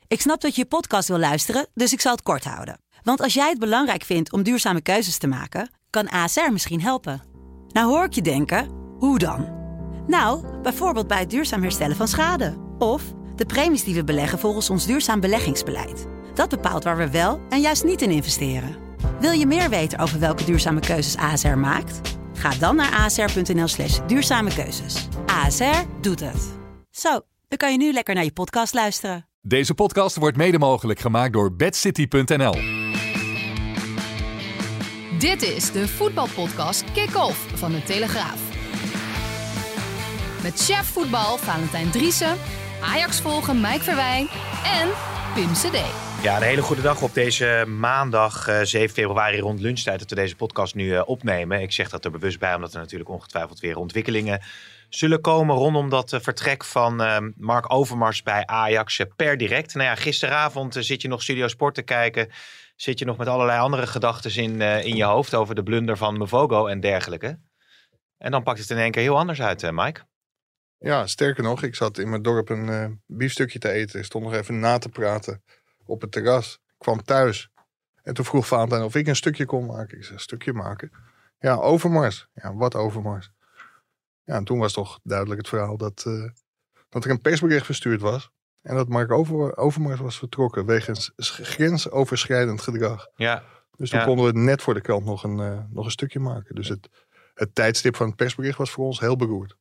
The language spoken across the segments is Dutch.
Ik snap dat je podcast wil luisteren, dus ik zal het kort houden. Want als jij het belangrijk vindt om duurzame keuzes te maken, kan ASR misschien helpen. Nou hoor ik je denken, hoe dan? Nou, bijvoorbeeld bij het duurzaam herstellen van schade. Of de premies die we beleggen volgens ons duurzaam beleggingsbeleid. Dat bepaalt waar we wel en juist niet in investeren. Wil je meer weten over welke duurzame keuzes ASR maakt? Ga dan naar asr.nl/duurzame keuzes. ASR doet het. Zo, dan kan je nu lekker naar je podcast luisteren. Deze podcast wordt mede mogelijk gemaakt door bedcity.nl. Dit is de voetbalpodcast Kick-Off van de Telegraaf. Met chef voetbal Valentijn Driessen, Ajax volgen Mike Verwijn en Pim CD. Ja, een hele goede dag op deze maandag 7 februari rond lunchtijd dat we deze podcast nu opnemen. Ik zeg dat er bewust bij, omdat er natuurlijk ongetwijfeld weer ontwikkelingen zullen komen rondom dat vertrek van Mark Overmars bij Ajax per direct. Nou ja, gisteravond zit je nog Studio Sport te kijken. Zit je nog met allerlei andere gedachten in je hoofd over de blunder van Mvogo en dergelijke. En dan pakt het in één keer heel anders uit, Mike. Ja, sterker nog, ik zat in mijn dorp een biefstukje te eten. Ik stond nog even na te praten op het terras. Ik kwam thuis. En toen vroeg Valentijn of ik een stukje kon maken. Ik zei, een stukje maken? Ja, Overmars. Ja, wat Overmars? Ja, en toen was toch duidelijk het verhaal dat er een persbericht verstuurd was. En dat Mark Overmars was vertrokken wegens grensoverschrijdend gedrag. Ja. Dus toen konden we net voor de krant nog een stukje maken. Dus het tijdstip van het persbericht was voor ons heel beroerd.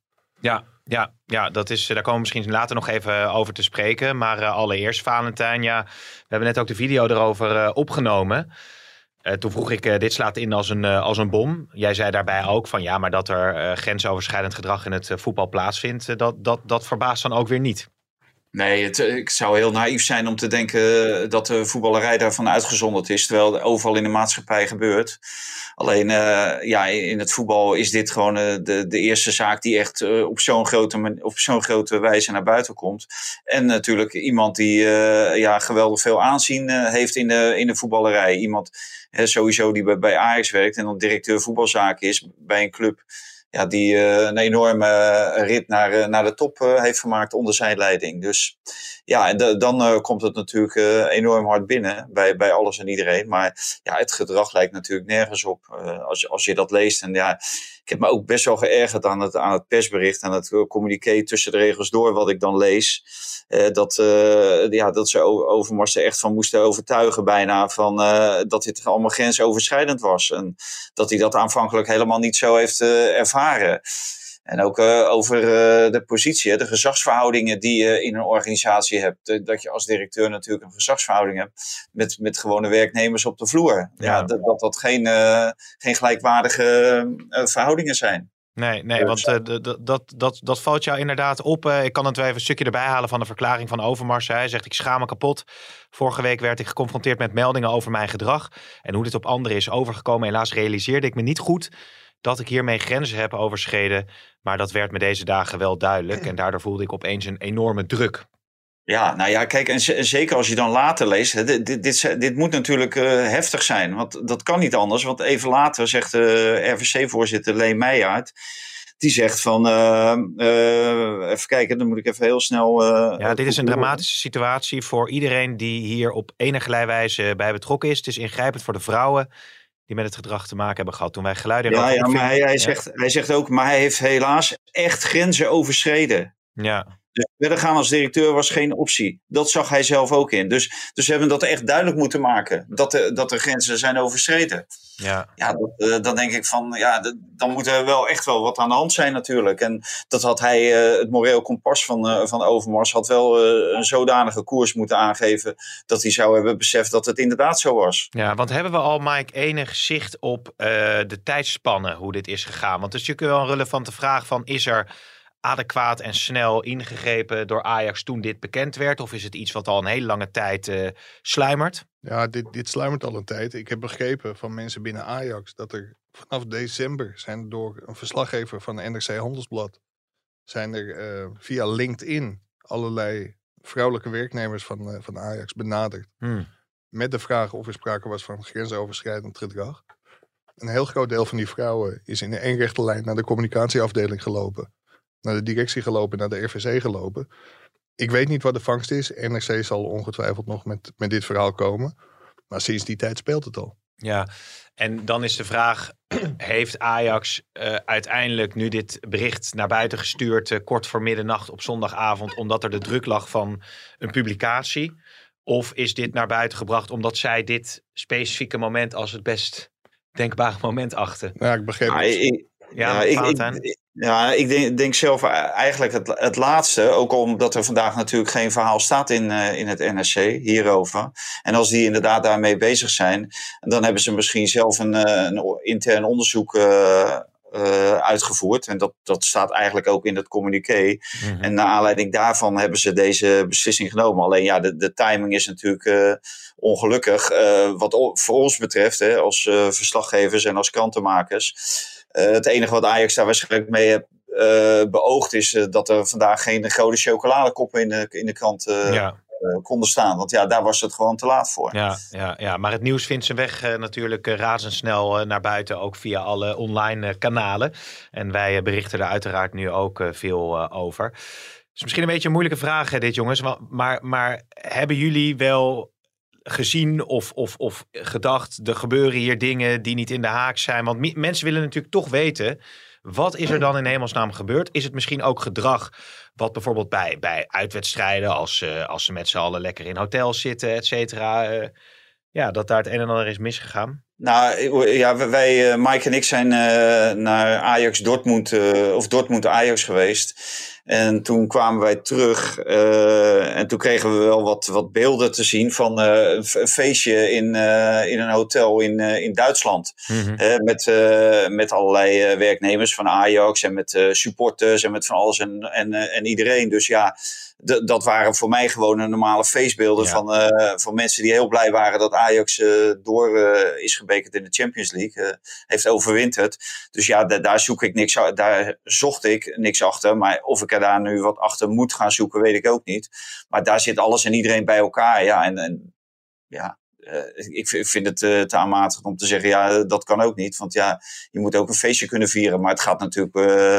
Ja, dat is, daar komen we misschien later nog even over te spreken. Maar allereerst, Valentijn, we hebben net ook de video erover opgenomen. Toen vroeg ik, dit slaat in als een bom. Jij zei daarbij ook van maar dat er grensoverschrijdend gedrag in het voetbal plaatsvindt. Dat verbaast dan ook weer niet. Nee, ik zou heel naïef zijn om te denken dat de voetballerij daarvan uitgezonderd is. Terwijl het overal in de maatschappij gebeurt. Alleen in het voetbal is dit gewoon de eerste zaak die echt op zo'n grote wijze naar buiten komt. En natuurlijk iemand die geweldig veel aanzien heeft in de voetballerij. Iemand sowieso die bij Ajax werkt en dan directeur voetbalzaken is bij een club. Ja, die een enorme rit naar de top heeft gemaakt onder zijn leiding. Dus ja, en dan komt het natuurlijk enorm hard binnen bij alles en iedereen. Maar ja, het gedrag lijkt natuurlijk nergens op als je dat leest. En ja, ik heb me ook best wel geërgerd aan het persbericht, aan het communiqué tussen de regels door wat ik dan lees. Dat ze Overmars er echt van moesten overtuigen bijna van dat dit allemaal grensoverschrijdend was. En dat hij dat aanvankelijk helemaal niet zo heeft ervaren. En ook over de positie, de gezagsverhoudingen die je in een organisatie hebt. Dat je als directeur natuurlijk een gezagsverhouding hebt met gewone werknemers op de vloer. Ja, dat geen gelijkwaardige verhoudingen zijn. Nee, want dat valt jou inderdaad op. Ik kan het wel even een stukje erbij halen van de verklaring van Overmars. Hij zegt, ik schaam me kapot. Vorige week werd ik geconfronteerd met meldingen over mijn gedrag. En hoe dit op anderen is overgekomen. Helaas realiseerde ik me niet goed dat ik hiermee grenzen heb overschreden. Maar dat werd me deze dagen wel duidelijk. En daardoor voelde ik opeens een enorme druk. Ja, nou ja, kijk, en zeker als je dan later leest, dit moet natuurlijk heftig zijn. Want dat kan niet anders. Want even later zegt RVC-voorzitter Leen Meijaard, die zegt van, even kijken, dan moet ik even heel snel... dit is een dramatische situatie voor iedereen die hier op enige wijze bij betrokken is. Het is ingrijpend voor de vrouwen die met het gedrag te maken hebben gehad. Toen wij geluiden... maar hij zegt ook, maar hij heeft helaas echt grenzen overschreden. Ja. Dus verder gaan als directeur was geen optie. Dat zag hij zelf ook in. Dus we hebben dat echt duidelijk moeten maken. Dat er grenzen zijn overschreden. Ja, dan denk ik van... Ja, dan moet er wel echt wel wat aan de hand zijn natuurlijk. En dat had hij... het moreel kompas van Overmars had wel een zodanige koers moeten aangeven... dat hij zou hebben beseft dat het inderdaad zo was. Ja, want hebben we al, Mike, enig zicht op de tijdspannen hoe dit is gegaan? Want het is natuurlijk wel een relevante vraag van... is er adequaat en snel ingegrepen door Ajax toen dit bekend werd? Of is het iets wat al een hele lange tijd sluimert? Ja, dit sluimert al een tijd. Ik heb begrepen van mensen binnen Ajax dat er vanaf december zijn door een verslaggever van NRC Handelsblad zijn er via LinkedIn allerlei vrouwelijke werknemers van Ajax benaderd. Met de vraag of er sprake was van grensoverschrijdend gedrag. Een heel groot deel van die vrouwen is in één rechte lijn naar de communicatieafdeling gelopen. Naar de directie gelopen, naar de RVC gelopen. Ik weet niet wat de vangst is. NRC zal ongetwijfeld nog met dit verhaal komen. Maar sinds die tijd speelt het al. Ja, en dan is de vraag, heeft Ajax uiteindelijk nu dit bericht naar buiten gestuurd kort voor middernacht op zondagavond, omdat er de druk lag van een publicatie? Of is dit naar buiten gebracht omdat zij dit specifieke moment als het best denkbare moment achten? Ja, ik begreep ik denk zelf eigenlijk het laatste. Ook omdat er vandaag natuurlijk geen verhaal staat in het NRC hierover. En als die inderdaad daarmee bezig zijn, dan hebben ze misschien zelf een intern onderzoek uitgevoerd. En dat staat eigenlijk ook in het communiqué. Mm-hmm. En naar aanleiding daarvan hebben ze deze beslissing genomen. Alleen ja, de timing is natuurlijk ongelukkig. Wat voor ons betreft, als verslaggevers en als krantenmakers. Het enige wat Ajax daar waarschijnlijk mee heeft beoogd is dat er vandaag geen gouden chocoladekoppen in de krant konden staan. Want ja, daar was het gewoon te laat voor. Ja, maar het nieuws vindt zijn weg natuurlijk razendsnel naar buiten, ook via alle online kanalen. En wij berichten er uiteraard nu ook veel over. Het is misschien een beetje een moeilijke vraag dit, jongens. Maar hebben jullie wel gezien of gedacht, er gebeuren hier dingen die niet in de haak zijn? Want mensen willen natuurlijk toch weten, wat is er dan in hemelsnaam gebeurd? Is het misschien ook gedrag wat bijvoorbeeld bij uitwedstrijden, als ze met z'n allen lekker in hotels zitten, et cetera, dat daar het een en ander is misgegaan? Nou ja, wij, Mike en ik zijn naar Ajax Dortmund of Dortmund Ajax geweest. En toen kwamen wij terug en toen kregen we wel wat beelden te zien van een feestje in een hotel in Duitsland. Mm-hmm. Met allerlei werknemers van Ajax en met supporters en met van alles en iedereen. Dus ja, dat waren voor mij gewoon een normale feestbeelden van mensen die heel blij waren dat Ajax door is gebekerd in de Champions League. Heeft overwinterd. Dus ja, daar zocht ik niks achter. Maar of ik er daar nu wat achter moet gaan zoeken, weet ik ook niet. Maar daar zit alles en iedereen bij elkaar. Ja, ik vind het te aanmatigend om te zeggen, ja, dat kan ook niet. Want ja, je moet ook een feestje kunnen vieren. Maar het gaat natuurlijk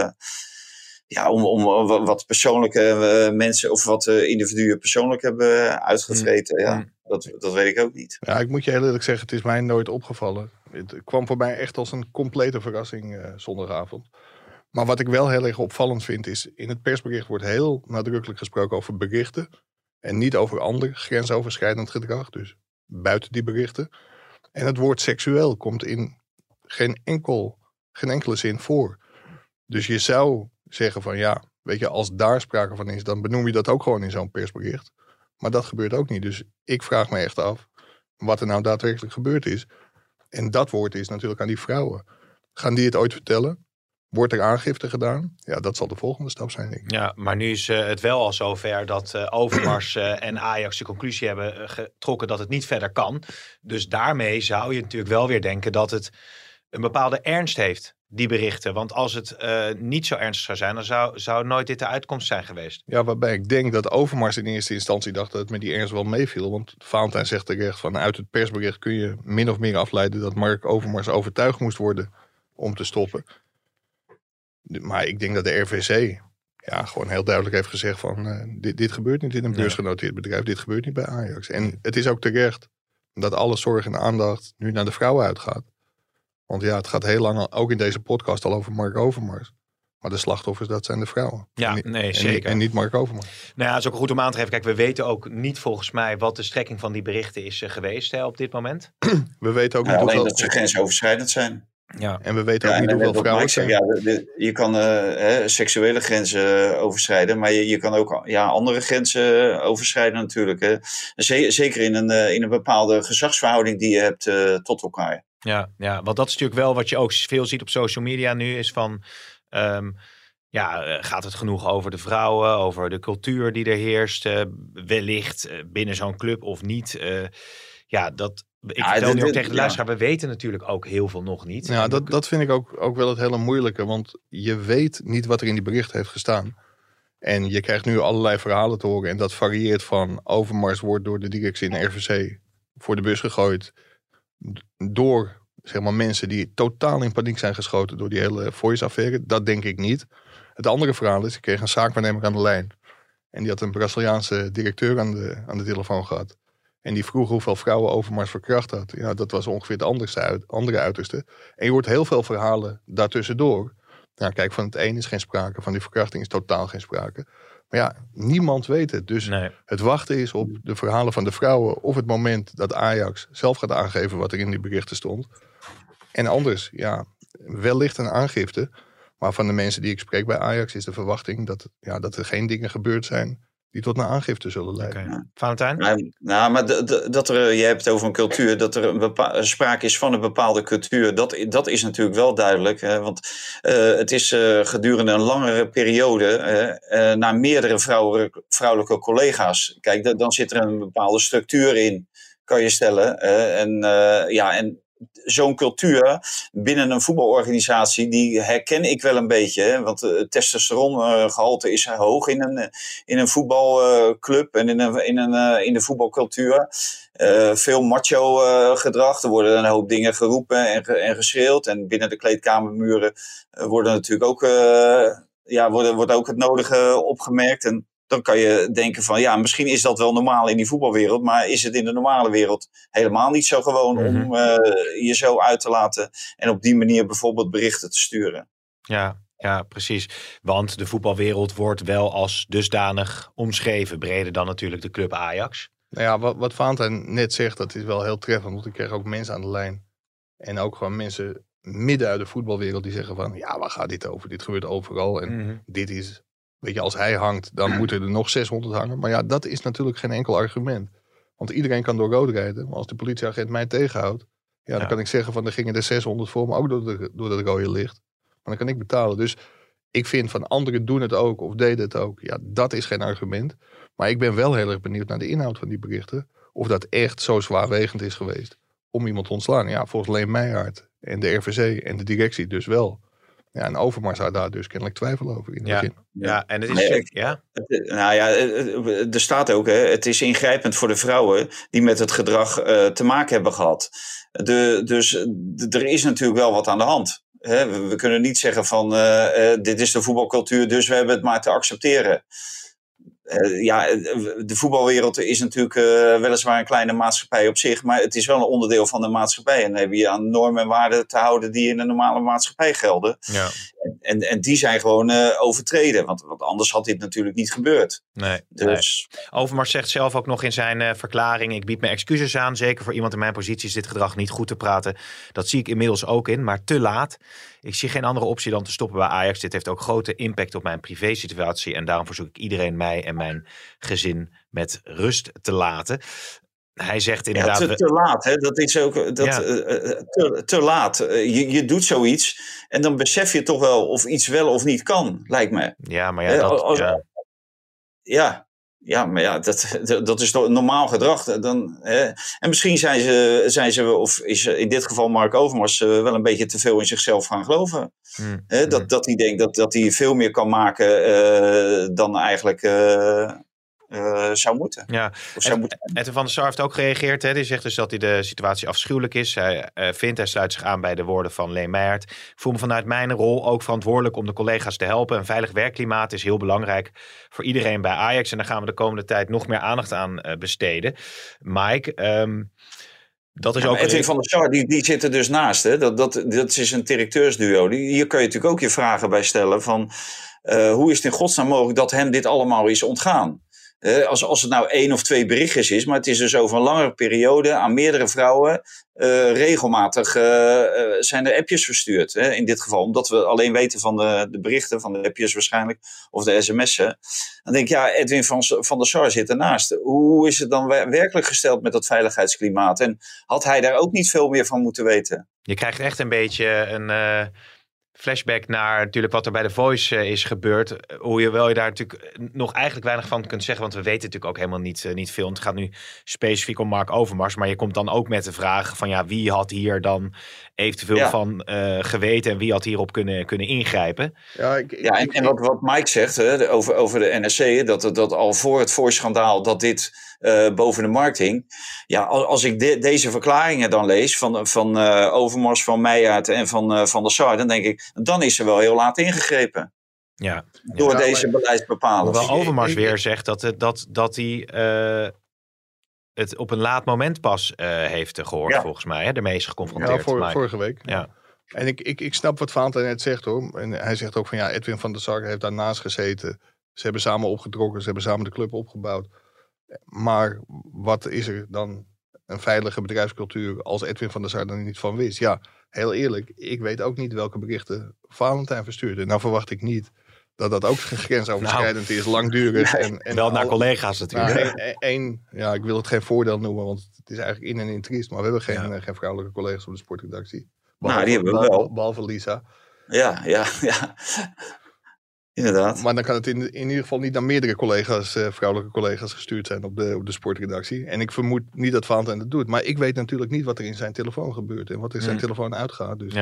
om wat persoonlijke mensen of wat individuen persoonlijk hebben uitgevreten. Ja, dat weet ik ook niet. Ja, ik moet je heel eerlijk zeggen, het is mij nooit opgevallen. Het kwam voor mij echt als een complete verrassing zondagavond. Maar wat ik wel heel erg opvallend vind is, in het persbericht wordt heel nadrukkelijk gesproken over berichten. En niet over ander grensoverschrijdend gedrag, dus buiten die berichten. En het woord seksueel komt in geen enkele zin voor. Dus je zou zeggen van ja, weet je, als daar sprake van is, dan benoem je dat ook gewoon in zo'n persbericht. Maar dat gebeurt ook niet. Dus ik vraag me echt af wat er nou daadwerkelijk gebeurd is. En dat woord is natuurlijk aan die vrouwen. Gaan die het ooit vertellen? Wordt er aangifte gedaan? Ja, dat zal de volgende stap zijn, denk ik. Ja, maar nu is het wel al zover dat Overmars en Ajax de conclusie hebben getrokken dat het niet verder kan. Dus daarmee zou je natuurlijk wel weer denken dat het een bepaalde ernst heeft, die berichten. Want als het niet zo ernstig zou zijn, dan zou nooit dit de uitkomst zijn geweest. Ja, waarbij ik denk dat Overmars in eerste instantie dacht dat het met die ernst wel meeviel. Want Valentijn zegt terecht van uit het persbericht kun je min of meer afleiden dat Mark Overmars overtuigd moest worden om te stoppen. Maar ik denk dat de RVC gewoon heel duidelijk heeft gezegd van dit gebeurt niet in een beursgenoteerd bedrijf. Dit gebeurt niet bij Ajax. En het is ook terecht dat alle zorg en aandacht nu naar de vrouwen uitgaat. Want ja, het gaat heel lang, ook in deze podcast, al over Mark Overmars. Maar de slachtoffers, dat zijn de vrouwen. Ja, zeker. En niet Mark Overmars. Nou ja, het is ook goed om aan te geven. Kijk, we weten ook niet volgens mij wat de strekking van die berichten is geweest op dit moment. We weten ook niet alleen hoeveel... dat ze grensoverschrijdend zijn. Ja. En we weten ook niet hoeveel vrouwen zijn. Je kan seksuele grenzen overschrijden, maar je kan ook andere grenzen overschrijden natuurlijk. Hè. Zeker in een bepaalde gezagsverhouding die je hebt tot elkaar. Ja, want dat is natuurlijk wel wat je ook veel ziet op social media nu, is van gaat het genoeg over de vrouwen, over de cultuur die er heerst, wellicht binnen zo'n club of niet. Ik vertel nu ook tegen de luisteraar, we weten natuurlijk ook heel veel nog niet. Ja, dat vind ik ook wel het hele moeilijke, want je weet niet wat er in die bericht heeft gestaan. En je krijgt nu allerlei verhalen te horen en dat varieert van Overmars wordt door de directie in de RVC voor de bus gegooid door zeg maar mensen die totaal in paniek zijn geschoten door die hele Voice-affaire. Dat denk ik niet. Het andere verhaal is, ik kreeg een zaakwaarnemer aan de lijn. En die had een Braziliaanse directeur aan de telefoon gehad. En die vroeg hoeveel vrouwen Overmars verkracht had. Ja, dat was ongeveer het andere uiterste. En je hoort heel veel verhalen daartussendoor. Nou, kijk, van het een is geen sprake. Van die verkrachting is totaal geen sprake. Maar ja, niemand weet het. Dus het wachten is op de verhalen van de vrouwen. Of het moment dat Ajax zelf gaat aangeven wat er in die berichten stond. En anders, ja, wellicht een aangifte. Maar van de mensen die ik spreek bij Ajax is de verwachting dat er geen dingen gebeurd zijn die tot een aangifte zullen leiden. Okay. Valentijn? Nou, maar je hebt het over een cultuur, dat er sprake is van een bepaalde cultuur, dat is natuurlijk wel duidelijk. Hè, want het is gedurende een langere periode naar meerdere vrouwelijke collega's. Kijk, dan zit er een bepaalde structuur in, kan je stellen. En zo'n cultuur binnen een voetbalorganisatie, die herken ik wel een beetje. Hè? Want het testosterongehalte is hoog in een voetbalclub en in de voetbalcultuur. Veel macho gedrag. Er worden een hoop dingen geroepen en geschreeuwd. En binnen de kleedkamermuren worden natuurlijk ook, wordt ook het nodige opgemerkt. En dan kan je denken van, ja, misschien is dat wel normaal in die voetbalwereld, maar is het in de normale wereld helemaal niet zo gewoon om je zo uit te laten en op die manier bijvoorbeeld berichten te sturen. Ja, precies. Want de voetbalwereld wordt wel als dusdanig omschreven, breder dan natuurlijk de club Ajax. Nou ja, wat Valentijn net zegt, dat is wel heel treffend, want ik krijg ook mensen aan de lijn en ook gewoon mensen midden uit de voetbalwereld die zeggen van, ja, waar gaat dit over? Dit gebeurt overal en dit is... Weet je, als hij hangt, dan moeten er nog 600 hangen. Maar ja, dat is natuurlijk geen enkel argument. Want iedereen kan door rood rijden. Maar als de politieagent mij tegenhoudt, dan kan ik zeggen van, er gingen er 600 voor me ook door dat rode licht. Maar dan kan ik betalen. Dus ik vind van, anderen doen het ook of deden het ook. Ja, dat is geen argument. Maar ik ben wel heel erg benieuwd naar de inhoud van die berichten. Of dat echt zo zwaarwegend is geweest om iemand te ontslaan. Ja, volgens Leen Meijaard en de RVC en de directie dus wel. Ja, en Overmars had daar dus kennelijk twijfel over in het begin. Ja, en het is... Er staat ook, hè, het is ingrijpend voor de vrouwen die met het gedrag te maken hebben gehad. Dus er is natuurlijk wel wat aan de hand. Hè? We kunnen niet zeggen van, dit is de voetbalcultuur, dus we hebben het maar te accepteren. De voetbalwereld is natuurlijk weliswaar een kleine maatschappij op zich, maar het is wel een onderdeel van de maatschappij. En dan heb je aan normen en waarden te houden die in een normale maatschappij gelden. Ja. En die zijn gewoon overtreden, want anders had dit natuurlijk niet gebeurd. Nee. Overmars zegt zelf ook nog in zijn verklaring, ik bied mijn excuses aan, zeker voor iemand in mijn positie is dit gedrag niet goed te praten. Dat zie ik inmiddels ook in, maar te laat. Ik zie geen andere optie dan te stoppen bij Ajax. Dit heeft ook grote impact op mijn privésituatie en daarom verzoek ik iedereen mij en mijn gezin met rust te laten. Hij zegt inderdaad... Ja, te laat, hè? Dat is ook te laat. Je doet zoiets en dan besef je toch wel of iets wel of niet kan, lijkt me. Ja, maar dat is toch normaal gedrag. En misschien zijn ze, of is in dit geval Mark Overmars, wel een beetje te veel in zichzelf gaan geloven. Dat hij denkt dat hij veel meer kan maken dan eigenlijk... zou moeten. Ja, Edwin van der Sar heeft ook gereageerd. Hè. Die zegt dus dat hij de situatie afschuwelijk is. Hij sluit zich aan bij de woorden van Leen Meijaard. Ik voel me vanuit mijn rol ook verantwoordelijk om de collega's te helpen. Een veilig werkklimaat is heel belangrijk voor iedereen bij Ajax. En daar gaan we de komende tijd nog meer aandacht aan besteden. Mike, dat is ook... Edwin van der Sar, die zit er dus naast. Hè. Dat is een directeursduo. Hier kun je natuurlijk ook je vragen bij stellen van... hoe is het in godsnaam mogelijk dat hem dit allemaal is ontgaan? Als het nou 1 of 2 berichtjes is, maar het is dus over een langere periode aan meerdere vrouwen regelmatig zijn er appjes verstuurd. In dit geval, omdat we alleen weten van de berichten, van de appjes waarschijnlijk, of de sms'en. Dan denk ik, ja, Edwin van der Sar zit ernaast. Hoe is het dan werkelijk gesteld met dat veiligheidsklimaat? En had hij daar ook niet veel meer van moeten weten? Je krijgt echt een beetje een... flashback naar natuurlijk wat er bij The Voice is gebeurd. Hoewel je daar natuurlijk nog eigenlijk weinig van kunt zeggen. Want we weten natuurlijk ook helemaal niet veel. Het gaat nu specifiek om Mark Overmars. Maar je komt dan ook met de vraag van ja, wie had hier dan eventueel van geweten. En wie had hierop kunnen ingrijpen. En wat Mike zegt over de NSC. Dat al voor het Voice-schandaal dat dit boven de markt hing. Ja, als ik deze verklaringen dan lees van Overmars, van Meijaard en van der Sar. Dan denk ik, dan is er wel heel laat ingegrepen. door deze beleidsbepalers. Hoewel Overmars weer zegt dat hij het op een laat moment pas heeft gehoord, volgens mij. Hè? Daarmee is geconfronteerd. Vorige week. Ja. En ik snap wat Valentijn net zegt, hoor. En hij zegt ook van Edwin van der Sar heeft daarnaast gezeten. Ze hebben samen opgetrokken, ze hebben samen de club opgebouwd. Maar wat is er dan een veilige bedrijfscultuur als Edwin van der Sar er niet van wist? Ja, heel eerlijk, ik weet ook niet welke berichten Valentijn verstuurde. Nou verwacht ik niet dat ook grensoverschrijdend is, langdurig. En wel naar collega's natuurlijk. Ik wil het geen voordeel noemen, want het is eigenlijk in en in triest. Maar we hebben geen vrouwelijke collega's op de sportredactie. Die hebben we wel. Behalve Lisa. Ja. Inderdaad. Maar dan kan het in ieder geval niet naar meerdere collega's, vrouwelijke collega's gestuurd zijn op de sportredactie. En ik vermoed niet dat Valentijn dat doet. Maar ik weet natuurlijk niet wat er in zijn telefoon gebeurt en wat er in zijn telefoon uitgaat. Dus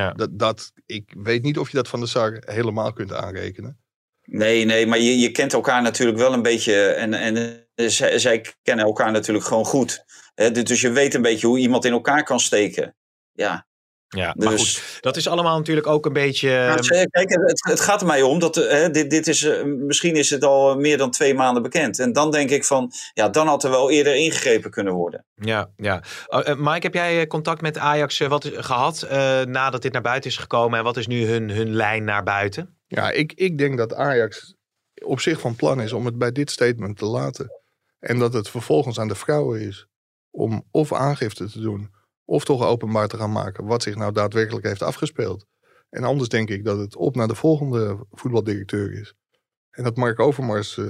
ik weet niet of je dat van de Sar helemaal kunt aanrekenen. Nee, maar je kent elkaar natuurlijk wel een beetje. En zij kennen elkaar natuurlijk gewoon goed. Dus je weet een beetje hoe iemand in elkaar kan steken. Ja. Ja, maar goed, dat is allemaal natuurlijk ook een beetje... Kijk, het gaat er mij om dat dit is, misschien is het al meer dan 2 maanden bekend. En dan denk ik van, dan had er wel eerder ingegrepen kunnen worden. Ja. Mike, heb jij contact met Ajax gehad nadat dit naar buiten is gekomen? En wat is nu hun lijn naar buiten? Ja, ik denk dat Ajax op zich van plan is om het bij dit statement te laten. En dat het vervolgens aan de vrouwen is om of aangifte te doen, of toch openbaar te gaan maken wat zich nou daadwerkelijk heeft afgespeeld. En anders denk ik dat het op naar de volgende voetbaldirecteur is. En dat Mark Overmars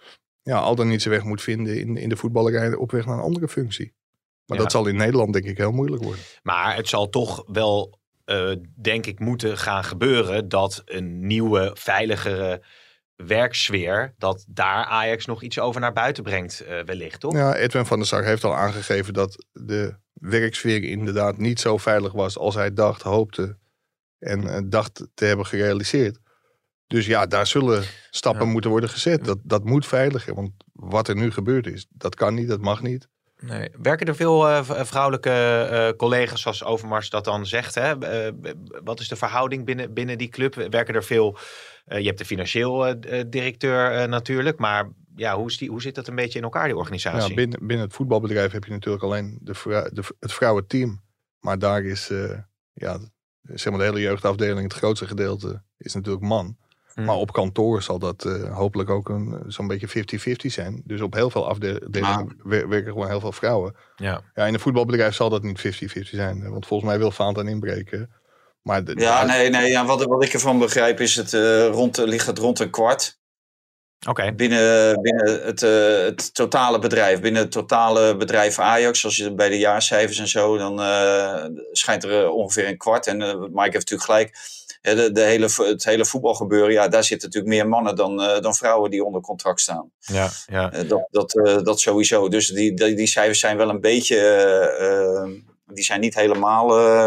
al dan niet zijn weg moet vinden in de voetballerij op weg naar een andere functie. Maar dat zal in Nederland denk ik heel moeilijk worden. Maar het zal toch wel, denk ik, moeten gaan gebeuren dat een nieuwe, veiligere werksfeer, dat daar Ajax nog iets over naar buiten brengt wellicht, toch? Ja, Edwin van der Sar heeft al aangegeven dat de werksfeer inderdaad niet zo veilig was als hij dacht, hoopte en dacht te hebben gerealiseerd. Dus daar zullen stappen moeten worden gezet. Dat moet veiliger, want wat er nu gebeurd is, dat kan niet, dat mag niet. Nee. Werken er veel vrouwelijke collega's zoals Overmars dat dan zegt? Hè? Wat is de verhouding binnen die club? Werken er veel... je hebt de financieel directeur natuurlijk. Maar hoe zit dat een beetje in elkaar, die organisatie? Ja, binnen het voetbalbedrijf heb je natuurlijk alleen het vrouwenteam. Maar daar is zeg maar de hele jeugdafdeling, het grootste gedeelte, is natuurlijk man. Maar op kantoor zal dat hopelijk ook zo'n beetje 50-50 zijn. Dus op heel veel afdelingen werken gewoon heel veel vrouwen. Ja, in een voetbalbedrijf zal dat niet 50-50 zijn. Want volgens mij wil Valentijn inbreken. Maar wat ik ervan begrijp is ligt het rond een kwart. Okay. Binnen het totale bedrijf. Binnen het totale bedrijf Ajax, als je bij de jaarcijfers en zo, dan schijnt er ongeveer een kwart. En Mike heeft natuurlijk gelijk. Het hele voetbalgebeuren, daar zitten natuurlijk meer mannen dan vrouwen die onder contract staan. Ja. Dat sowieso. Dus die cijfers zijn wel een beetje... die zijn niet helemaal...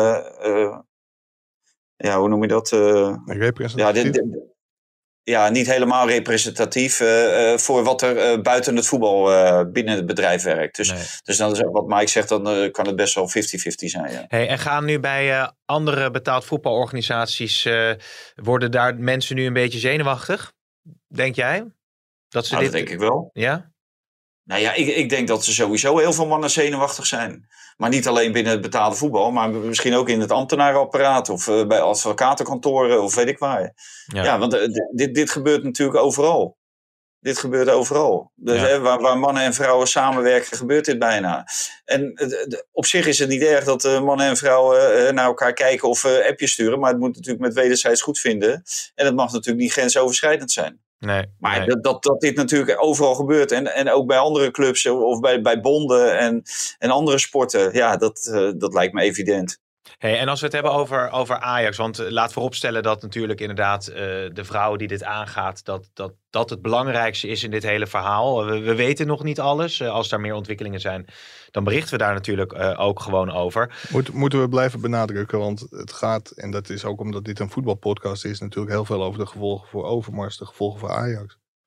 hoe noem je dat? Representatief? Niet helemaal representatief voor wat er buiten het voetbal binnen het bedrijf werkt. Dus dan is wat Mike zegt, dan kan het best wel 50-50 zijn. Ja. Hey, en gaan nu bij andere betaald voetbalorganisaties, worden daar mensen nu een beetje zenuwachtig? Denk jij? Dat denk ik wel. Ja? Nou ja, ik denk dat er sowieso heel veel mannen zenuwachtig zijn. Maar niet alleen binnen het betaalde voetbal, maar misschien ook in het ambtenarenapparaat of bij advocatenkantoren of weet ik waar. Ja, want dit gebeurt natuurlijk overal. Dit gebeurt overal. Dus, waar mannen en vrouwen samenwerken, gebeurt dit bijna. En op zich is het niet erg dat mannen en vrouwen naar elkaar kijken of appjes sturen. Maar het moet natuurlijk met wederzijds goed vinden. En het mag natuurlijk niet grensoverschrijdend zijn. Nee. Dat dit natuurlijk overal gebeurt. En ook bij andere clubs of bij bonden en andere sporten. Ja, dat lijkt me evident. Hey, en als we het hebben over Ajax, want laat vooropstellen dat natuurlijk inderdaad de vrouw die dit aangaat, dat het belangrijkste is in dit hele verhaal. We weten nog niet alles. Als er meer ontwikkelingen zijn, dan berichten we daar natuurlijk ook gewoon over. Moeten we blijven benadrukken, want het gaat, en dat is ook omdat dit een voetbalpodcast is, natuurlijk heel veel over de gevolgen voor Overmars, de gevolgen voor Ajax.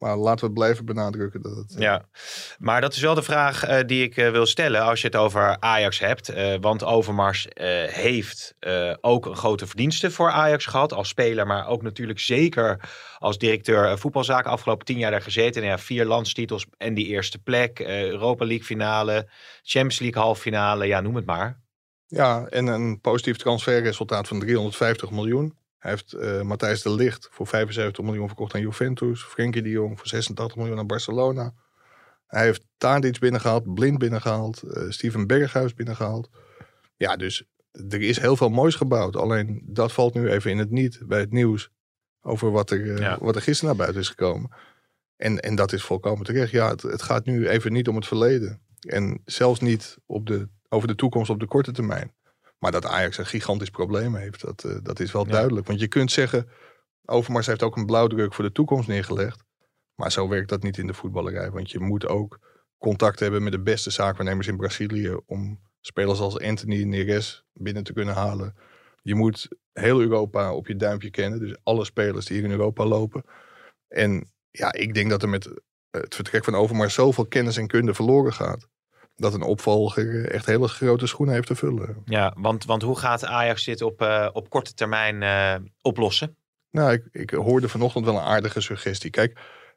Maar laten we het blijven benadrukken. Dat het, Ja, maar dat is wel de vraag die ik wil stellen als je het over Ajax hebt. Want Overmars heeft ook een grote verdienste voor Ajax gehad als speler. Maar ook natuurlijk zeker als directeur voetbalzaken. Afgelopen 10 jaar daar gezeten. En ja, 4 landstitels en die eerste plek. Europa League finale, Champions League halve finale. Ja, noem het maar. Ja, en een positief transferresultaat van 350 miljoen. Hij heeft Matthijs de Ligt voor 75 miljoen verkocht aan Juventus. Frenkie de Jong voor 86 miljoen aan Barcelona. Hij heeft Tadic binnengehaald, Blind binnengehaald, Steven Berghuis binnengehaald. Ja, dus er is heel veel moois gebouwd. Alleen dat valt nu even in het niet bij het nieuws over wat er gisteren naar buiten is gekomen. En dat is volkomen terecht. Ja, het gaat nu even niet om het verleden. En zelfs niet over de toekomst op de korte termijn. Maar dat Ajax een gigantisch probleem heeft, dat is wel duidelijk. Want je kunt zeggen, Overmars heeft ook een blauwdruk voor de toekomst neergelegd. Maar zo werkt dat niet in de voetballerij. Want je moet ook contact hebben met de beste zaakwaarnemers in Brazilië om spelers als Anthony en Neres binnen te kunnen halen. Je moet heel Europa op je duimpje kennen. Dus alle spelers die hier in Europa lopen. En ja, ik denk dat er met het vertrek van Overmars zoveel kennis en kunde verloren gaat. Dat een opvolger echt hele grote schoenen heeft te vullen. Ja, want hoe gaat Ajax dit op korte termijn oplossen? Nou, ik hoorde vanochtend wel een aardige suggestie. Kijk,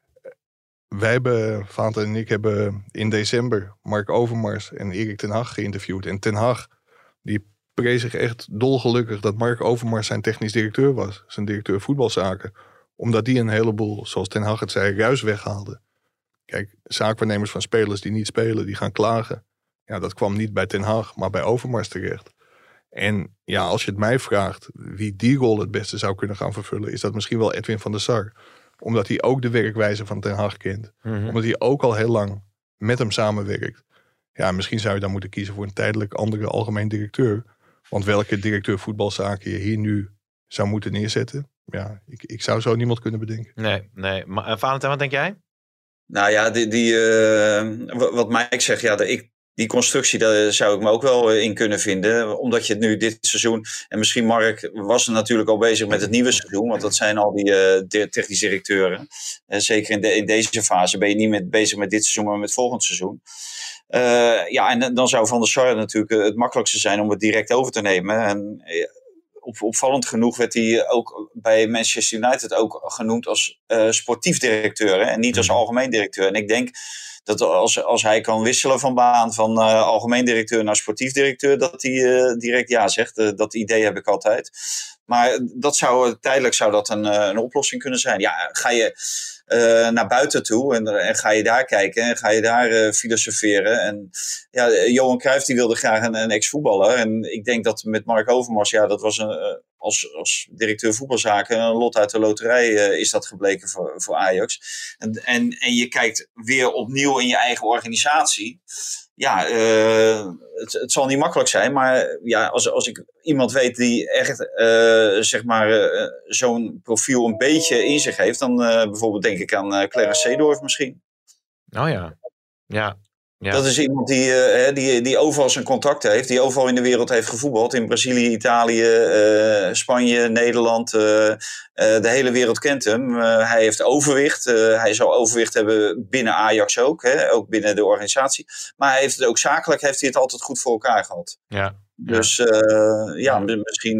Vaanten en ik hebben in december Mark Overmars en Erik ten Hag geïnterviewd. En ten Hag, die prees zich echt dolgelukkig dat Mark Overmars zijn technisch directeur was. Zijn directeur voetbalzaken. Omdat die een heleboel, zoals ten Hag het zei, ruis weghaalde. Kijk, zaakwaarnemers van spelers die niet spelen, die gaan klagen. Ja, dat kwam niet bij ten Hag, maar bij Overmars terecht. En ja, als je het mij vraagt wie die rol het beste zou kunnen gaan vervullen, is dat misschien wel Edwin van der Sar. Omdat hij ook de werkwijze van ten Hag kent. Mm-hmm. Omdat hij ook al heel lang met hem samenwerkt. Ja, misschien zou je dan moeten kiezen voor een tijdelijk andere algemeen directeur. Want welke directeur voetbalzaken je hier nu zou moeten neerzetten, ja, ik zou zo niemand kunnen bedenken. Nee. Maar Valentijn, wat denk jij? Nou ja, wat Mike zegt, ja, die constructie, daar zou ik me ook wel in kunnen vinden. Omdat je het nu dit seizoen, en misschien Mark was er natuurlijk al bezig met het nieuwe seizoen. Want dat zijn al die technisch directeuren. Zeker in deze fase ben je niet bezig met dit seizoen, maar met volgend seizoen. Ja, en dan zou Van der Sar natuurlijk het makkelijkste zijn om het direct over te nemen. En opvallend genoeg werd hij ook bij Manchester United ook genoemd als sportief directeur. Hè? En niet als algemeen directeur. En ik denk dat als hij kan wisselen van baan van algemeen directeur naar sportief directeur, dat hij direct ja zegt. Dat idee heb ik altijd. Maar tijdelijk zou dat een oplossing kunnen zijn. Ja, ga je naar buiten toe en ga je daar kijken en ga je daar filosoferen. En ja, Johan Cruijff die wilde graag een ex-voetballer. En ik denk dat met Mark Overmars, ja, dat was als directeur voetbalzaken een lot uit de loterij is dat gebleken voor Ajax. En je kijkt weer opnieuw in je eigen organisatie. Ja, het zal niet makkelijk zijn, maar ja, als ik iemand weet die echt zeg maar zo'n profiel een beetje in zich heeft, dan bijvoorbeeld denk ik aan Clarence Seedorf misschien. Oh ja. Dat is iemand die overal zijn contacten heeft, die overal in de wereld heeft gevoetbald. In Brazilië, Italië, Spanje, Nederland. De hele wereld kent hem. Hij heeft overwicht. Hij zal overwicht hebben binnen Ajax ook. Ook binnen de organisatie. Maar hij heeft het ook zakelijk, heeft hij het altijd goed voor elkaar gehad. Ja. Dus misschien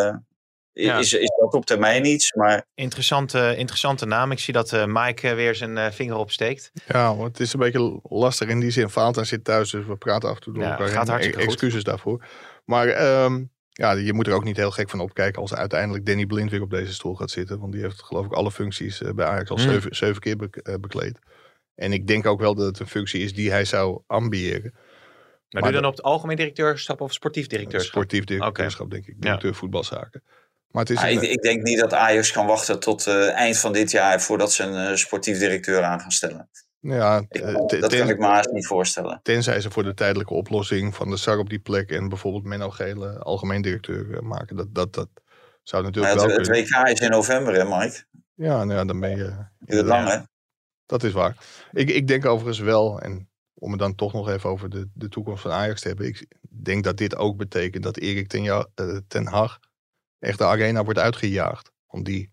is dat op termijn iets. Maar Interessante naam. Ik zie dat Mike weer zijn vinger opsteekt. Ja, want het is een beetje lastig in die zin. Valentin zit thuis, dus we praten af en toe door elkaar. Gaat hartstikke goed. Excuses daarvoor. Maar je moet er ook niet heel gek van opkijken als uiteindelijk Danny Blind weer op deze stoel gaat zitten. Want die heeft geloof ik alle functies bij Ajax al 7 keer bekleed. En ik denk ook wel dat het een functie is die hij zou ambiëren. Maar doe je dan op het algemeen directeurschap of sportief directeurschap? Sportief directeurschap, denk ik. Directeur voetbalzaken. Maar het is ik denk niet dat Ajax kan wachten tot eind van dit jaar voordat ze een sportief directeur aan gaan stellen. Ja, dat kan ik me haast niet voorstellen. Tenzij ze voor de tijdelijke oplossing van de Sar op die plek en bijvoorbeeld Menno Gele algemeen directeur maken. Dat zou natuurlijk wel kunnen. Het WK is in november, hè Mike? Ja, nou ja, dan ben je... Duurt lang, hè? Dat is waar. Ik denk overigens wel, en om het dan toch nog even over de toekomst van Ajax te hebben. Ik denk dat dit ook betekent dat Erik ten Hag echt de arena wordt uitgejaagd. Want die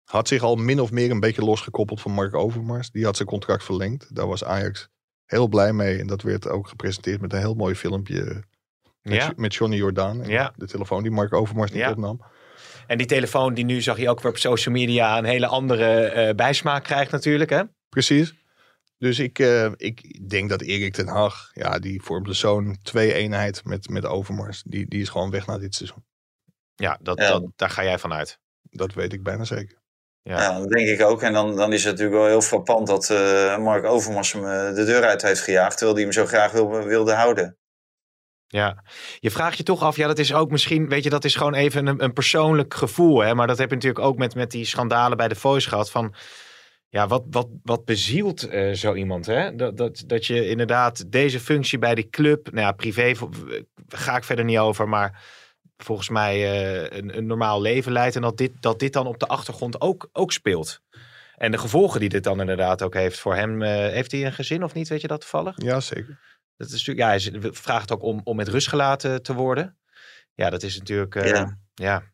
had zich al min of meer een beetje losgekoppeld van Mark Overmars. Die had zijn contract verlengd. Daar was Ajax heel blij mee. En dat werd ook gepresenteerd met een heel mooi filmpje met Johnny Jordaan. De telefoon die Mark Overmars niet opnam. En die telefoon die nu, zag je ook weer op social media, een hele andere bijsmaak krijgt natuurlijk, hè? Precies. Dus ik denk dat Erik ten Hag, die vormde zo'n 2-eenheid met Overmars. Die is gewoon weg na dit seizoen. Ja, daar ga jij vanuit. Dat weet ik bijna zeker. Ja, dat denk ik ook. En dan is het natuurlijk wel heel frappant dat Mark Overmars hem de deur uit heeft gejaagd, terwijl hij hem zo graag wilde houden. Ja, je vraagt je toch af, dat is ook misschien, weet je, dat is gewoon even een persoonlijk gevoel, hè? Maar dat heb je natuurlijk ook met die schandalen bij The Voice gehad van, wat bezielt zo iemand, hè? Dat je inderdaad deze functie bij die club, privé ga ik verder niet over, maar volgens mij een normaal leven leidt en dat dit dan op de achtergrond ook speelt. En de gevolgen die dit dan inderdaad ook heeft voor hem. Heeft hij een gezin of niet, weet je dat toevallig? Ja, zeker. Dat is natuurlijk, hij vraagt ook om met rust gelaten te worden. Ja, dat is natuurlijk, Ja,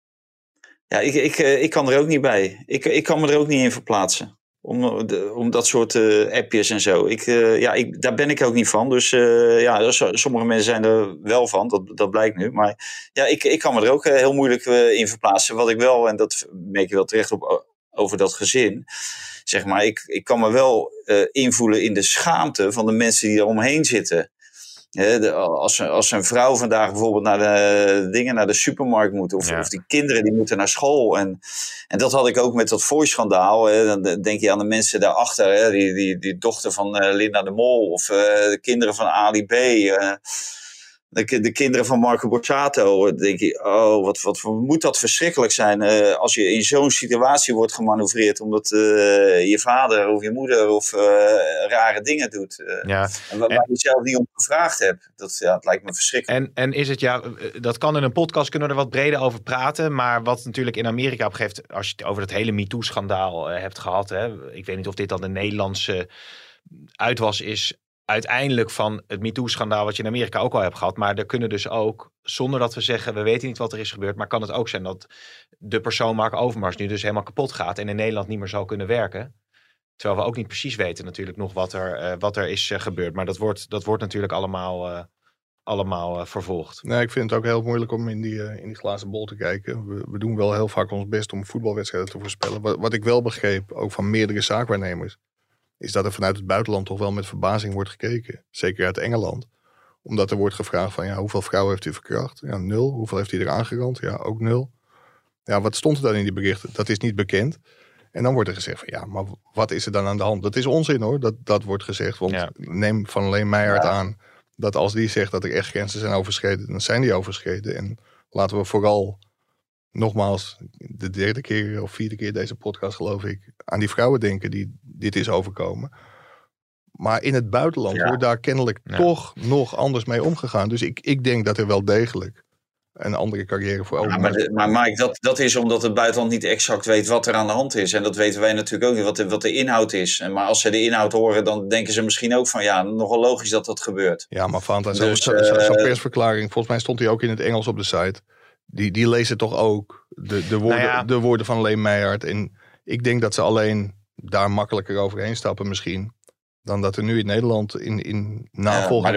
ik kan er ook niet bij. Ik kan me er ook niet in verplaatsen. Om dat soort appjes en zo. Daar ben ik ook niet van. Dus sommige mensen zijn er wel van. Dat blijkt nu. Maar ik kan me er ook heel moeilijk in verplaatsen. Wat ik wel, en dat merk je wel terecht over dat gezin. Zeg maar, ik kan me wel invoelen in de schaamte van de mensen die er omheen zitten. Als een vrouw vandaag bijvoorbeeld naar de supermarkt moet. Of die kinderen die moeten naar school. En dat had ik ook met dat Voice-schandaal. Dan denk je aan de mensen daarachter. Hè, die dochter van Linda de Mol. Of de kinderen van Ali B. De kinderen van Marco Borsato. Dan denk je, wat moet dat verschrikkelijk zijn. Als je in zo'n situatie wordt gemanoeuvreerd. Omdat je vader of je moeder of rare dingen doet. En waar je zelf niet om gevraagd hebt. Het lijkt me verschrikkelijk. En is het, dat kan in een podcast, kunnen we er wat breder over praten. Maar wat natuurlijk in Amerika opgeeft, als je het over het hele MeToo-schandaal hebt gehad. Hè, ik weet niet of dit dan de Nederlandse uitwas is uiteindelijk van het MeToo-schandaal wat je in Amerika ook al hebt gehad. Maar er kunnen dus ook, zonder dat we zeggen, we weten niet wat er is gebeurd, maar kan het ook zijn dat de persoon Mark Overmars nu dus helemaal kapot gaat en in Nederland niet meer zou kunnen werken. Terwijl we ook niet precies weten natuurlijk nog wat er is gebeurd. Maar dat wordt natuurlijk allemaal vervolgd. Nee, ik vind het ook heel moeilijk om in die glazen bol te kijken. We doen wel heel vaak ons best om voetbalwedstrijden te voorspellen. Wat ik wel begreep, ook van meerdere zaakwaarnemers, is dat er vanuit het buitenland toch wel met verbazing wordt gekeken. Zeker uit Engeland. Omdat er wordt gevraagd van, hoeveel vrouwen heeft u verkracht? 0. Hoeveel heeft u er aangerand? Ook 0. Wat stond er dan in die berichten? Dat is niet bekend. En dan wordt er gezegd van, maar wat is er dan aan de hand? Dat is onzin hoor, dat wordt gezegd. Want neem Van Leen Meijert aan dat als die zegt dat er echt grenzen zijn overschreden, dan zijn die overschreden. En laten we vooral, nogmaals, de 3e keer of 4e keer deze podcast geloof ik, aan die vrouwen denken die dit is overkomen. Maar in het buitenland wordt daar kennelijk toch nog anders mee omgegaan. Dus ik denk dat er wel degelijk een andere carrière voor over. Maar Mike, dat is omdat het buitenland niet exact weet wat er aan de hand is. En dat weten wij natuurlijk ook niet, wat de inhoud is. Maar als ze de inhoud horen, dan denken ze misschien ook van, nogal logisch dat gebeurt. Ja, maar Fanta, zo'n persverklaring, volgens mij stond die ook in het Engels op de site. Die lezen toch ook de woorden van Leen Meijert. En ik denk dat ze alleen daar makkelijker overheen stappen misschien, dan dat er nu in Nederland in navolging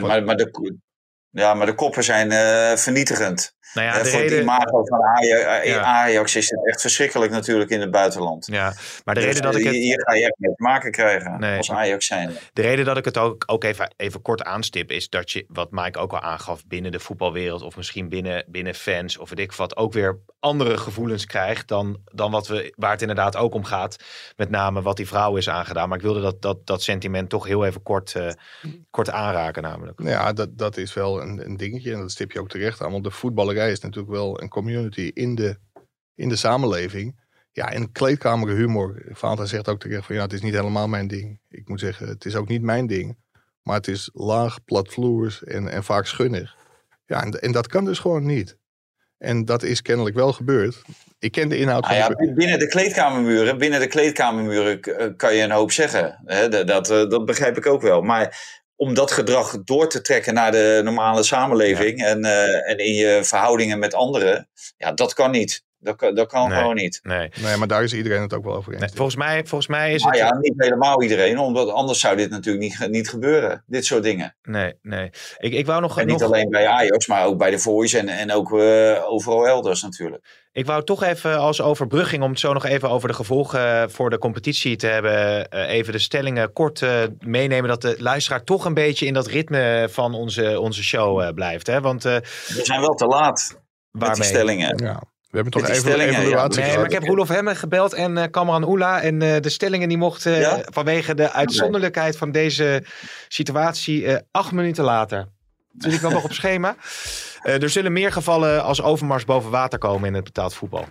maar de koppen zijn vernietigend. De voor het imago van Ajax is het echt verschrikkelijk natuurlijk in het buitenland. Ja, maar de reden dat ik het... Hier ga je echt mee te maken krijgen als Ajax zijn. De reden dat ik het ook even kort aanstip is dat je, wat Mike ook al aangaf, binnen de voetbalwereld of misschien binnen fans of weet ik wat, ook weer andere gevoelens krijgt dan waar het inderdaad ook om gaat. Met name wat die vrouw is aangedaan. Maar ik wilde dat sentiment toch heel even kort aanraken namelijk. Ja, dat is wel een dingetje en dat stip je ook terecht aan. Want de voetballerij is natuurlijk wel een community in de samenleving. Ja, en kleedkamerhumor. Fanta zegt ook terecht van het is niet helemaal mijn ding. Ik moet zeggen, het is ook niet mijn ding. Maar het is laag, platvloers en vaak schunnig. Ja, en dat kan dus gewoon niet. En dat is kennelijk wel gebeurd. Ik ken de inhoud van... Binnen de kleedkamermuren kan je een hoop zeggen. Hè? Dat begrijp ik ook wel. Maar om dat gedrag door te trekken naar de normale samenleving en in je verhoudingen met anderen, dat kan niet. Dat kan gewoon niet. Nee, maar daar is iedereen het ook wel over eens. Nee, volgens mij is het... Ja, niet helemaal iedereen, omdat anders zou dit natuurlijk niet gebeuren. Dit soort dingen. Nee. Ik wou nog... En niet alleen bij Ajax, maar ook bij de Voice en ook overal elders natuurlijk. Ik wou toch even als overbrugging, om het zo nog even over de gevolgen voor de competitie te hebben, even de stellingen kort meenemen, dat de luisteraar toch een beetje in dat ritme van onze show blijft. Hè? Want, we zijn wel te laat met die stellingen. Ja. We hebben toch even een evaluatie Nee, gehad. maar ik heb Roelof Hemme gebeld en Kamran Oela. En de stellingen die mochten vanwege de uitzonderlijkheid van deze situatie 8 minuten later. Zit ik wel nog op schema. Er zullen meer gevallen als Overmars boven water komen in het betaald voetbal.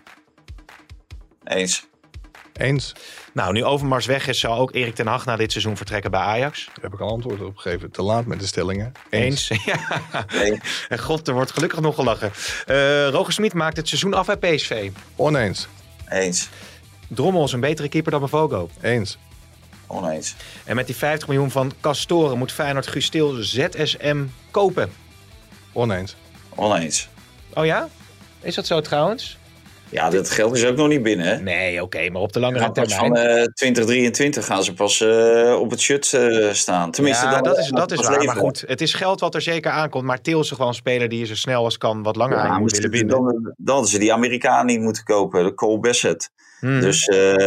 Eens. Nou, nu Overmars weg is, zal ook Erik ten Hag na dit seizoen vertrekken bij Ajax. Daar heb ik al antwoord op gegeven. Te laat met de stellingen. Eens. Ja. En god, er wordt gelukkig nog gelachen. Roger Smit maakt het seizoen af bij PSV. Oneens. Eens. Drommel is een betere keeper dan Mavogo. Eens. Oneens. En met die 50 miljoen van Castoren moet Feyenoord Guus Til ZSM kopen. Oneens. Oneens. Oh ja? Is dat zo trouwens? Ja, dat geld is ook nog niet binnen, hè? Nee, oké, maar op de langere Pas termijn. van 2023 gaan ze pas op het shirt staan. Tenminste, Ja, dan, dat is waar. Maar goed, het is geld wat er zeker aankomt. Maar Til is gewoon een speler die je zo snel als kan wat langer aan moet willen binden. Dan hadden ze die Amerikaan niet moeten kopen, de Cole Bassett. Dus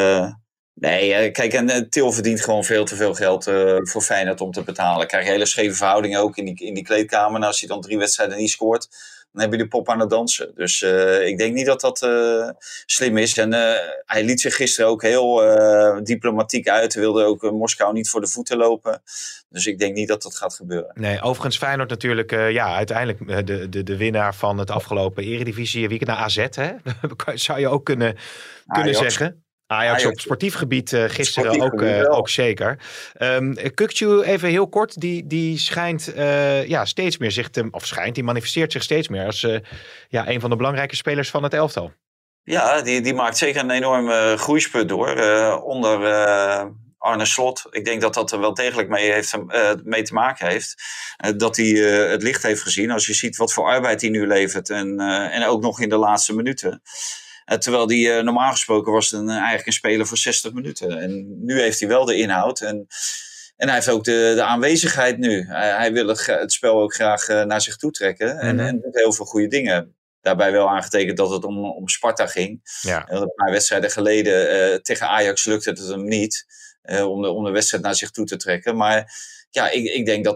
kijk, en Til verdient gewoon veel te veel geld voor Feyenoord om te betalen. Krijg je hele scheve verhoudingen ook in die kleedkamer. Nou, als hij dan 3 wedstrijden niet scoort, dan heb je de pop aan het dansen. Dus ik denk niet dat dat slim is. En hij liet zich gisteren ook heel diplomatiek uit. Hij wilde ook Moskou niet voor de voeten lopen. Dus ik denk niet dat dat gaat gebeuren. Nee, overigens Feyenoord natuurlijk uiteindelijk de winnaar van het afgelopen Eredivisie weekend naar AZ. Hè? Zou je ook kunnen zeggen. Ajax op sportief gebied gisteren ook zeker. Kukçu even heel kort, die schijnt steeds meer die manifesteert zich steeds meer als een van de belangrijke spelers van het elftal. Ja, die maakt zeker een enorme groeispurt door onder Arne Slot. Ik denk dat dat er wel degelijk mee te maken heeft. Dat hij het licht heeft gezien. Als je ziet wat voor arbeid hij nu levert en ook nog in de laatste minuten. Terwijl die normaal gesproken was eigenlijk een speler voor 60 minuten. En nu heeft hij wel de inhoud. En hij heeft ook de aanwezigheid nu. Hij wil het spel ook graag naar zich toe trekken. En doet heel veel goede dingen. Daarbij wel aangetekend dat het om Sparta ging. Ja. Een paar wedstrijden geleden tegen Ajax lukte het hem niet. Om de wedstrijd naar zich toe te trekken. Maar ja, ik denk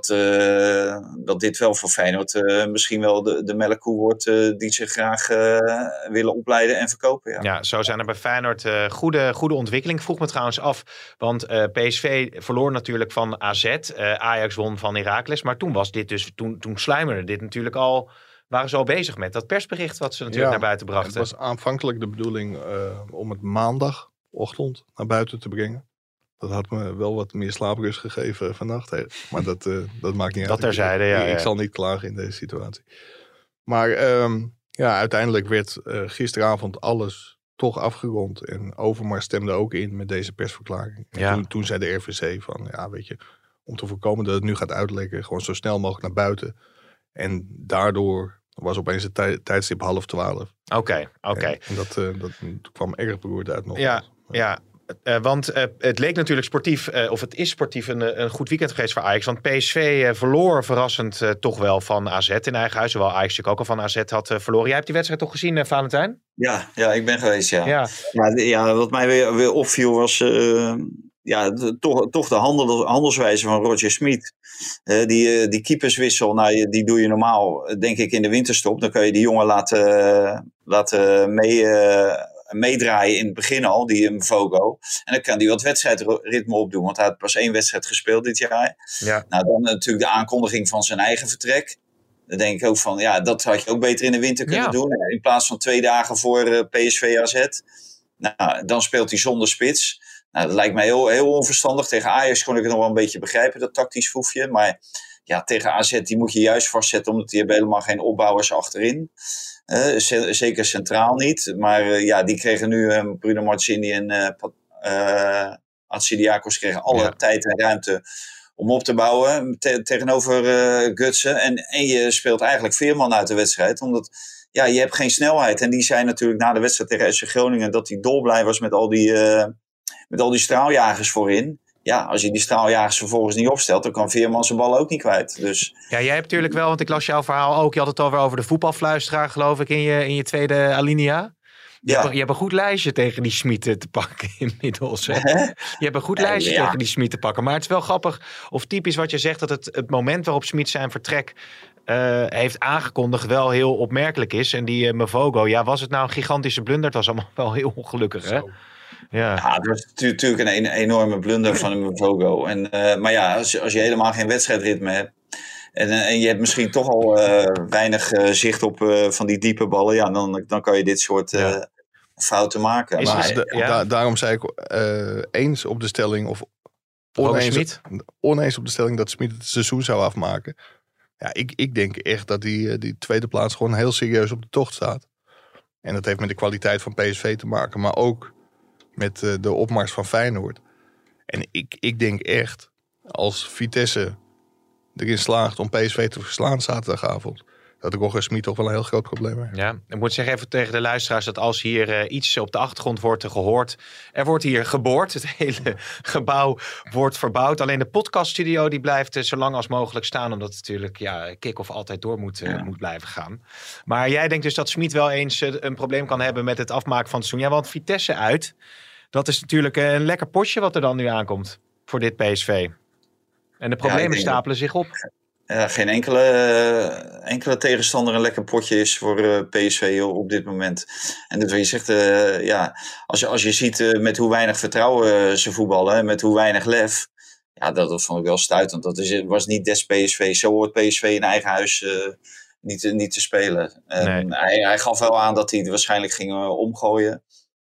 dat dit wel voor Feyenoord misschien wel de melkkoe wordt die ze graag willen opleiden en verkopen. Ja, zo zijn er bij Feyenoord goede ontwikkeling. Vroeg me trouwens af, want PSV verloor natuurlijk van AZ. Ajax won van Heracles. Maar toen was dit dus, toen sluimerde dit natuurlijk al. Waren ze al bezig met dat persbericht wat ze natuurlijk naar buiten brachten. Het was aanvankelijk de bedoeling om het maandagochtend naar buiten te brengen. Dat had me wel wat meer slaaprust gegeven vannacht. Maar dat maakt niet uit. Dat terzijde, Ik zal niet klagen in deze situatie. Maar uiteindelijk werd gisteravond alles toch afgerond. En Overmars stemde ook in met deze persverklaring. En toen zei de RVC van, om te voorkomen dat het nu gaat uitlekken, gewoon zo snel mogelijk naar buiten. En daardoor was opeens het tijdstip 11:30. Oké. En dat kwam erg beroerd uit nog. Ja. Want het leek natuurlijk sportief, of het is sportief een goed weekend geweest voor Ajax. Want PSV verloor verrassend toch wel van AZ in eigen huis. Hoewel Ajax natuurlijk ook al van AZ had verloren. Jij hebt die wedstrijd toch gezien, Valentijn? Ja, ik ben geweest, ja. Wat mij weer opviel was toch de handelswijze van Roger Smit. Die keeperswissel, die doe je normaal, denk ik, in de winterstop. Dan kan je die jongen laten meedraaien in het begin al, die Mvogo. En dan kan hij wat wedstrijdritme opdoen, want hij had pas 1 wedstrijd gespeeld dit jaar. Ja. Nou, dan natuurlijk de aankondiging van zijn eigen vertrek. Dan denk ik ook van, dat had je ook beter in de winter kunnen doen. In plaats van 2 dagen voor PSV AZ. Nou, dan speelt hij zonder spits. Nou, dat lijkt mij heel, heel onverstandig. Tegen Ajax kon ik het nog wel een beetje begrijpen, dat tactisch foefje. Maar tegen AZ, die moet je juist vastzetten, omdat die hebben helemaal geen opbouwers achterin. Zeker centraal niet. Maar die kregen nu Bruno Mancini en Hatzidakos kregen alle tijd en ruimte om op te bouwen tegenover Gutsen. En je speelt eigenlijk Veerman uit de wedstrijd. Omdat ja, je hebt geen snelheid. En die zei natuurlijk na de wedstrijd tegen SC Groningen dat hij dolblij was met al die straaljagers voorin. Ja, als je die straaljagers vervolgens niet opstelt, dan kan Veerman zijn bal ook niet kwijt. Dus... Ja, jij hebt natuurlijk wel, want ik las jouw verhaal ook. Je had het alweer over de voetbalfluisteraar, geloof ik, in je tweede alinea. Je hebt een goed lijstje tegen die Smit te pakken inmiddels. Hè? Je hebt een goed lijstje tegen die Smit te pakken. Maar het is wel grappig of typisch wat je zegt, dat het moment waarop Smit zijn vertrek heeft aangekondigd wel heel opmerkelijk is. En die Mvogo, was het nou een gigantische blunder? Het was allemaal wel heel ongelukkig, hè? Ja, dat was natuurlijk een enorme blunder van een Mvogo. Maar ja, als je helemaal geen wedstrijdritme hebt en je hebt misschien toch al weinig zicht op van die diepe ballen, ja, dan kan je dit soort fouten maken. Daarom zei ik eens op de stelling of oneens op de stelling dat Smit het seizoen zou afmaken. Ja, ik denk echt dat die tweede plaats gewoon heel serieus op de tocht staat. En dat heeft met de kwaliteit van PSV te maken, maar ook met de opmars van Feyenoord. En ik denk echt, als Vitesse erin slaagt om PSV te verslaan zaterdagavond, dat Roger Smit toch wel een heel groot probleem heeft. Ja, ik moet zeggen even tegen de luisteraars dat als hier iets op de achtergrond wordt gehoord, er wordt hier geboord. Het hele gebouw wordt verbouwd. Alleen de podcaststudio die blijft zo lang als mogelijk staan, omdat natuurlijk kick-off altijd door moet blijven gaan. Maar jij denkt dus dat Smit wel eens een probleem kan hebben met het afmaken van het seizoen. Ja, want Vitesse uit, dat is natuurlijk een lekker potje wat er dan nu aankomt voor dit PSV. En de problemen stapelen zich op. Ja, geen enkele tegenstander een lekker potje is voor PSV op dit moment. En dat wat je zegt, als je ziet met hoe weinig vertrouwen ze voetballen, met hoe weinig lef, ja, dat vond ik wel stuitend. Dat was niet des PSV. Zo hoort PSV in eigen huis niet te spelen. Nee. Hij gaf wel aan dat hij het waarschijnlijk ging omgooien.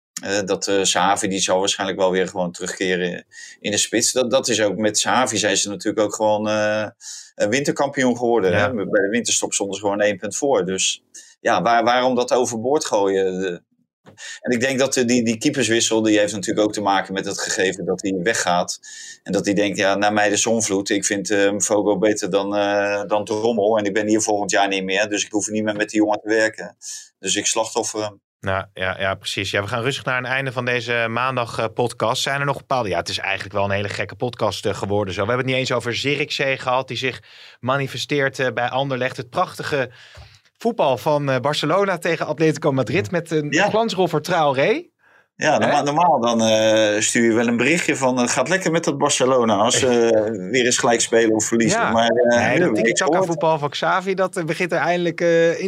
Dat Sahavi die zal waarschijnlijk wel weer gewoon terugkeren in de spits. Dat is ook met Sahavi zijn ze natuurlijk ook gewoon winterkampioen geworden. Ja. Hè? Bij de winterstop stonden ze gewoon 1 punt voor. Dus ja, waarom dat overboord gooien? En ik denk dat die keeperswissel, die heeft natuurlijk ook te maken met het gegeven dat hij weggaat. En dat hij denkt, naar mij de zonvloed. Ik vind Mvogo beter dan Drommel. En ik ben hier volgend jaar niet meer. Dus ik hoef niet meer met die jongen te werken. Dus ik slachtoffer hem. Nou, ja, precies. Ja, we gaan rustig naar een einde van deze maandag podcast. Zijn er nog bepaalde... Ja, het is eigenlijk wel een hele gekke podcast geworden zo. We hebben het niet eens over Zirkzee gehad, die zich manifesteert bij Anderlecht. Het prachtige voetbal van Barcelona tegen Atletico Madrid met een glansrol voor Traoré. Ja, normaal dan stuur je wel een berichtje van het gaat lekker met dat Barcelona als ze weer eens gelijk spelen of verliezen. Ja. Maar dat tiki-taka voetbal van Xavi, dat begint er eindelijk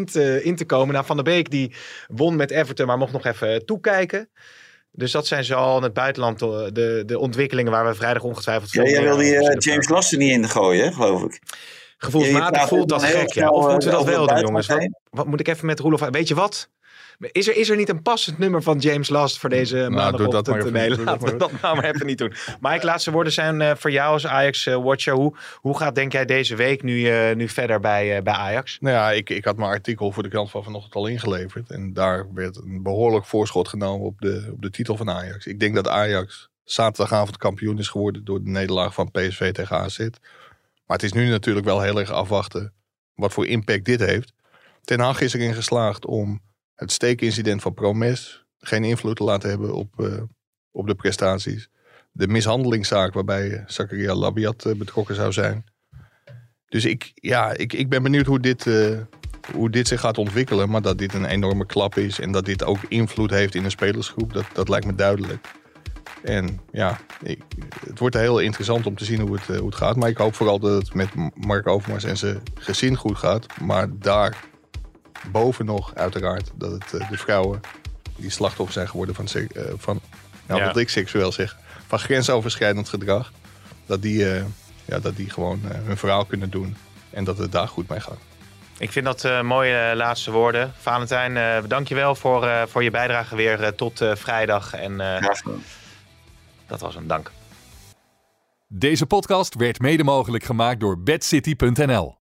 in te komen. Nou, Van der Beek die won met Everton, maar mocht nog even toekijken. Dus dat zijn zo al in het buitenland de ontwikkelingen waar we vrijdag ongetwijfeld... jij wil die James Lassen niet in gooien, hè, geloof ik. Gevoelsmatig voelt dat gek, ja. Of moeten we dat wel doen, jongens? Wat moet ik even met Roelof... Weet je wat? Is er niet een passend nummer van James Last voor deze maandagochtend? Nee, laten we dat nou maar even niet doen. Mike, laatste woorden zijn voor jou als Ajax-watcher. Hoe gaat, denk jij, deze week nu verder bij Ajax? Nou ja, ik had mijn artikel voor de krant van vanochtend al ingeleverd. En daar werd een behoorlijk voorschot genomen op de titel van Ajax. Ik denk dat Ajax zaterdagavond kampioen is geworden door de nederlaag van PSV tegen AZ. Maar het is nu natuurlijk wel heel erg afwachten wat voor impact dit heeft. Ten Hag is erin geslaagd om het steekincident van Promes geen invloed te laten hebben op de prestaties. De mishandelingszaak waarbij Zakaria Labiat betrokken zou zijn. Dus ik ben benieuwd hoe dit zich gaat ontwikkelen. Maar dat dit een enorme klap is en dat dit ook invloed heeft in een spelersgroep, dat lijkt me duidelijk. En ja, het wordt heel interessant om te zien hoe het gaat. Maar ik hoop vooral dat het met Mark Overmars en zijn gezin goed gaat. Maar daar boven nog uiteraard dat het de vrouwen die slachtoffer zijn geworden van wat ik seksueel zeg, van grensoverschrijdend gedrag, dat die gewoon hun verhaal kunnen doen en dat het daar goed mee gaat. Ik vind dat mooie laatste woorden. Valentijn, dank je wel voor je bijdrage weer tot vrijdag. En dat was een dank. Deze podcast werd mede mogelijk gemaakt door bedcity.nl.